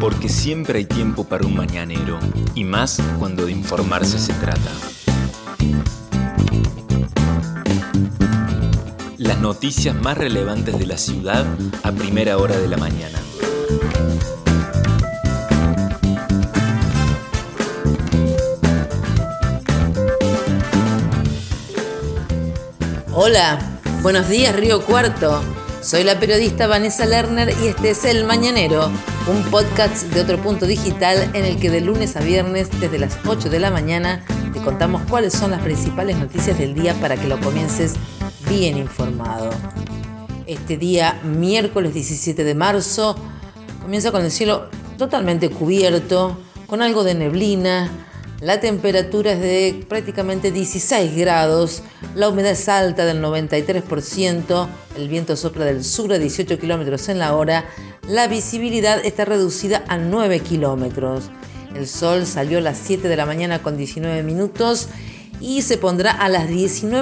Porque siempre hay tiempo para un mañanero, y más cuando de informarse se trata. Las noticias más relevantes de la ciudad a primera hora de la mañana. Hola, buenos días Río Cuarto. Soy la periodista Vanessa Lerner y este es El Mañanero, un podcast de Otro Punto Digital en el que de lunes a viernes desde las 8 de la mañana te contamos cuáles son las principales noticias del día para que lo comiences bien informado. Este día, miércoles 17 de marzo, comienza con el cielo totalmente cubierto, con algo de neblina. La temperatura es de prácticamente 16 grados, la humedad es alta del 93%, el viento sopla del sur a 18 kilómetros en la hora, la visibilidad está reducida a 9 kilómetros. El sol salió a las 7 de la mañana con 19 minutos y se pondrá a las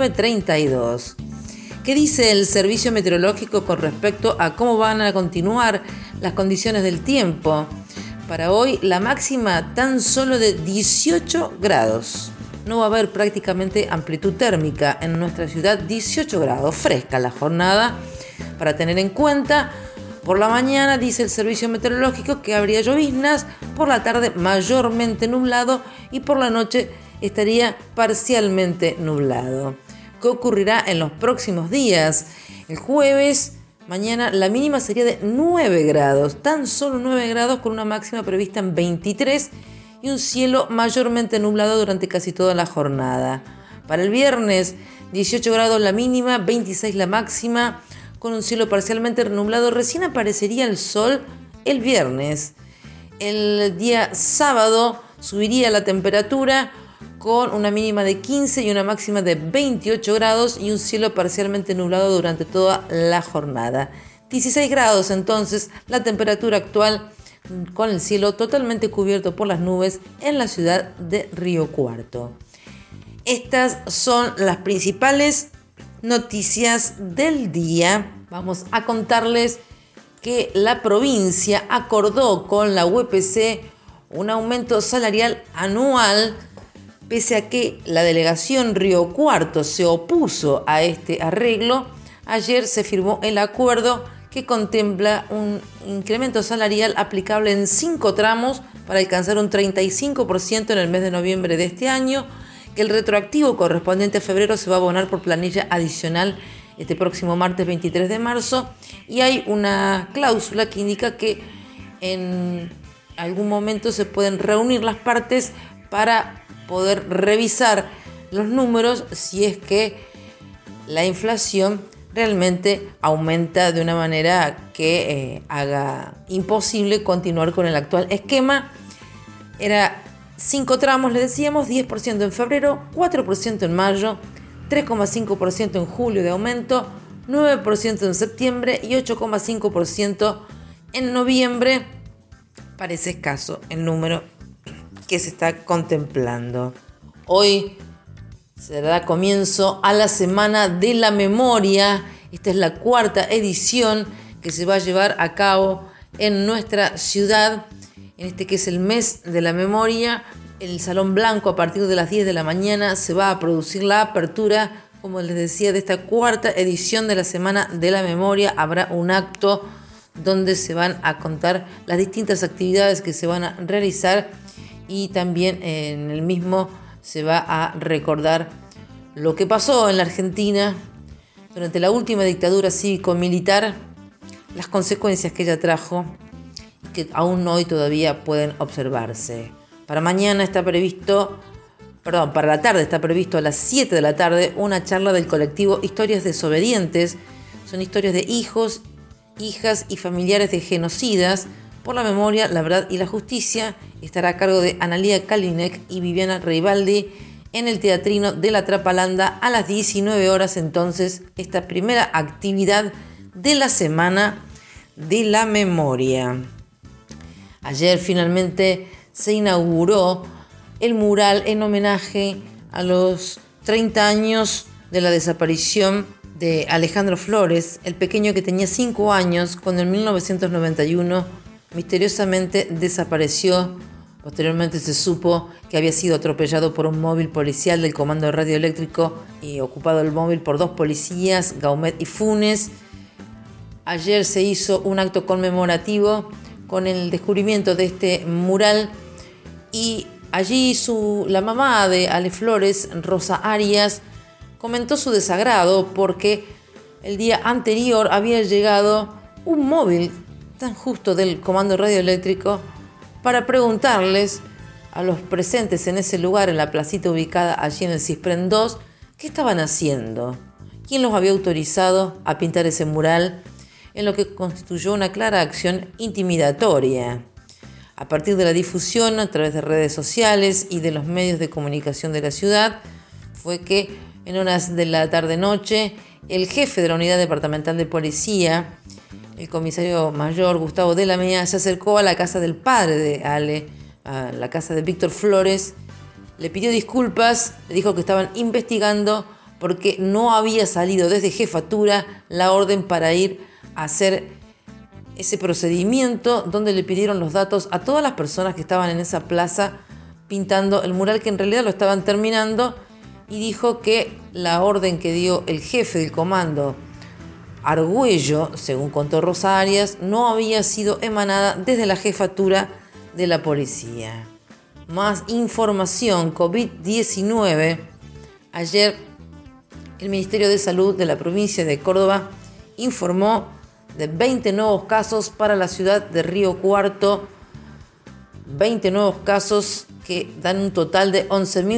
19:32. ¿Qué dice el servicio meteorológico con respecto a cómo van a continuar las condiciones del tiempo? Para hoy la máxima tan solo de 18 grados. No va a haber prácticamente amplitud térmica en nuestra ciudad, 18 grados, fresca la jornada. Para tener en cuenta, por la mañana dice el servicio meteorológico que habría lloviznas, por la tarde mayormente nublado y por la noche estaría parcialmente nublado. ¿Qué ocurrirá en los próximos días? El jueves, mañana la mínima sería de 9 grados, tan solo 9 grados con una máxima prevista en 23 y un cielo mayormente nublado durante casi toda la jornada. Para el viernes, 18 grados la mínima, 26 la máxima, con un cielo parcialmente nublado. Recién aparecería el sol el viernes. El día sábado subiría la temperatura con una mínima de 15 y una máxima de 28 grados y un cielo parcialmente nublado durante toda la jornada. 16 grados entonces la temperatura actual con el cielo totalmente cubierto por las nubes en la ciudad de Río Cuarto. Estas son las principales noticias del día. Vamos a contarles que la provincia acordó con la UPC un aumento salarial anual. Pese a que la delegación Río Cuarto se opuso a este arreglo, ayer se firmó el acuerdo que contempla un incremento salarial aplicable en 5 tramos para alcanzar un 35% en el mes de noviembre de este año, que el retroactivo correspondiente a febrero se va a abonar por planilla adicional este próximo martes 23 de marzo, y hay una cláusula que indica que en algún momento se pueden reunir las partes para poder revisar los números si es que la inflación realmente aumenta de una manera que haga imposible continuar con el actual esquema. Era 5 tramos, le decíamos, 10% en febrero, 4% en mayo, 3,5% en julio de aumento, 9% en septiembre y 8,5% en noviembre. Parece escaso el número que se está contemplando. Hoy se da comienzo a la Semana de la Memoria. Esta es la 4ª edición que se va a llevar a cabo en nuestra ciudad, en este que es el mes de la memoria. El Salón Blanco, a partir de las 10 de la mañana, se va a producir la apertura, como les decía, de esta 4ª edición de la Semana de la Memoria. Habrá un acto donde se van a contar las distintas actividades que se van a realizar, y también en el mismo se va a recordar lo que pasó en la Argentina durante la última dictadura cívico-militar, las consecuencias que ella trajo y que aún hoy todavía pueden observarse. Para la tarde está previsto a las 7 de la tarde una charla del colectivo Historias Desobedientes. Son historias de hijos, hijas y familiares de genocidas por la memoria, la verdad y la justicia. Estará a cargo de Analía Kalinek y Viviana Reibaldi en el Teatrino de la Trapalanda a las 19 horas. Entonces, esta primera actividad de la Semana de la Memoria. Ayer finalmente se inauguró el mural en homenaje a los 30 años de la desaparición de Alejandro Flores, el pequeño que tenía 5 años cuando en 1991 misteriosamente desapareció. Posteriormente se supo que había sido atropellado por un móvil policial del Comando Radioeléctrico y ocupado el móvil por 2 policías, Gaumet y Funes. Ayer se hizo un acto conmemorativo con el descubrimiento de este mural y allí la mamá de Ale Flores, Rosa Arias, comentó su desagrado porque el día anterior había llegado un móvil tan justo del Comando Radioeléctrico para preguntarles a los presentes en ese lugar, en la placita ubicada allí en el Cispren 2, qué estaban haciendo, quién los había autorizado a pintar ese mural, en lo que constituyó una clara acción intimidatoria. A partir de la difusión a través de redes sociales y de los medios de comunicación de la ciudad, fue que en horas de la tarde-noche, el jefe de la unidad departamental de policía, el comisario mayor Gustavo de la Mea, se acercó a la casa del padre de Ale, a la casa de Víctor Flores, le pidió disculpas, le dijo que estaban investigando porque no había salido desde jefatura la orden para ir a hacer ese procedimiento donde le pidieron los datos a todas las personas que estaban en esa plaza pintando el mural, que en realidad lo estaban terminando, y dijo que la orden que dio el jefe del comando, Argüello, según contó Rosa Arias, no había sido emanada desde la jefatura de la policía. Más información, COVID-19. Ayer el Ministerio de Salud de la provincia de Córdoba informó de 20 nuevos casos para la ciudad de Río Cuarto, 20 nuevos casos que dan un total de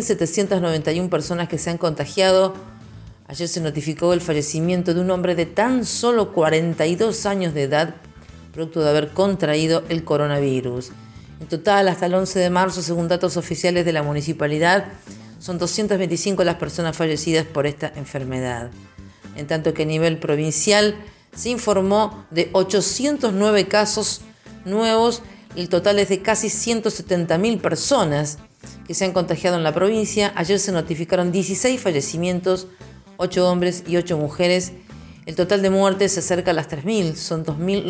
11.791 personas que se han contagiado. Ayer se notificó el fallecimiento de un hombre de tan solo 42 años de edad, producto de haber contraído el coronavirus. En total, hasta el 11 de marzo, según datos oficiales de la municipalidad, son 225 las personas fallecidas por esta enfermedad. En tanto que a nivel provincial se informó de 809 casos nuevos. El total es de casi 170.000 personas que se han contagiado en la provincia. Ayer se notificaron 16 fallecimientos, 8 hombres y 8 mujeres. El total de muertes se acerca a las 3.000. Son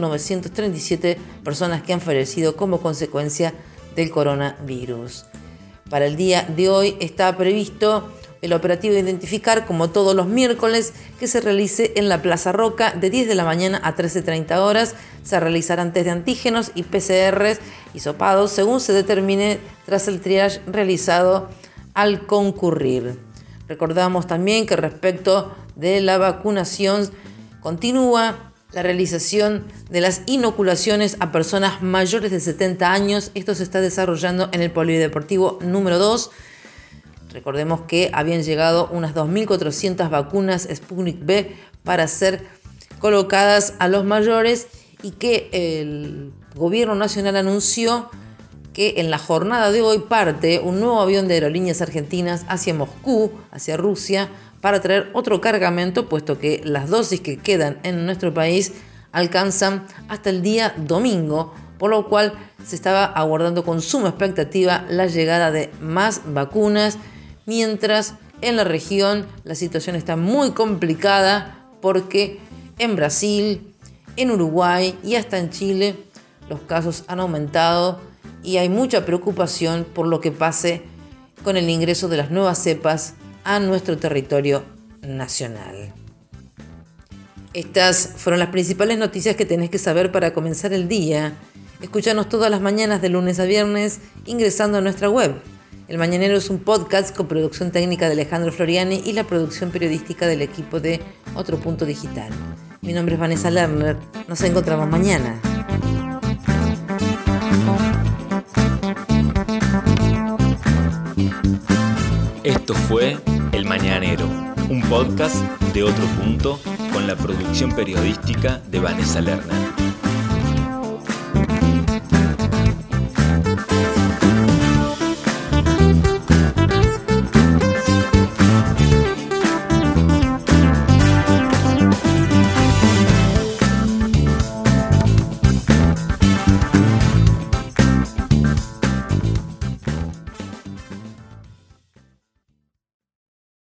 2.937 personas que han fallecido como consecuencia del coronavirus. Para el día de hoy está previsto el operativo de identificar, como todos los miércoles, que se realice en la Plaza Roca de 10 de la mañana a 13:30 horas. Se realizarán test de antígenos y PCRs hisopados según se determine tras el triage realizado al concurrir. Recordamos también que respecto de la vacunación continúa la realización de las inoculaciones a personas mayores de 70 años. Esto se está desarrollando en el Polideportivo número 2. Recordemos que habían llegado unas 2.400 vacunas Sputnik V para ser colocadas a los mayores y que el gobierno nacional anunció que en la jornada de hoy parte un nuevo avión de Aerolíneas Argentinas hacia Moscú, hacia Rusia, para traer otro cargamento, puesto que las dosis que quedan en nuestro país alcanzan hasta el día domingo, por lo cual se estaba aguardando con suma expectativa la llegada de más vacunas, mientras en la región la situación está muy complicada porque en Brasil, en Uruguay y hasta en Chile los casos han aumentado y hay mucha preocupación por lo que pase con el ingreso de las nuevas cepas a nuestro territorio nacional. Estas fueron las principales noticias que tenés que saber para comenzar el día. Escúchanos todas las mañanas de lunes a viernes ingresando a nuestra web. El Mañanero es un podcast con producción técnica de Alejandro Floriani y la producción periodística del equipo de Otro Punto Digital. Mi nombre es Vanessa Lerner. Nos encontramos mañana. Esto fue El Mañanero, un podcast de Otro Punto con la producción periodística de Vanessa Lerner.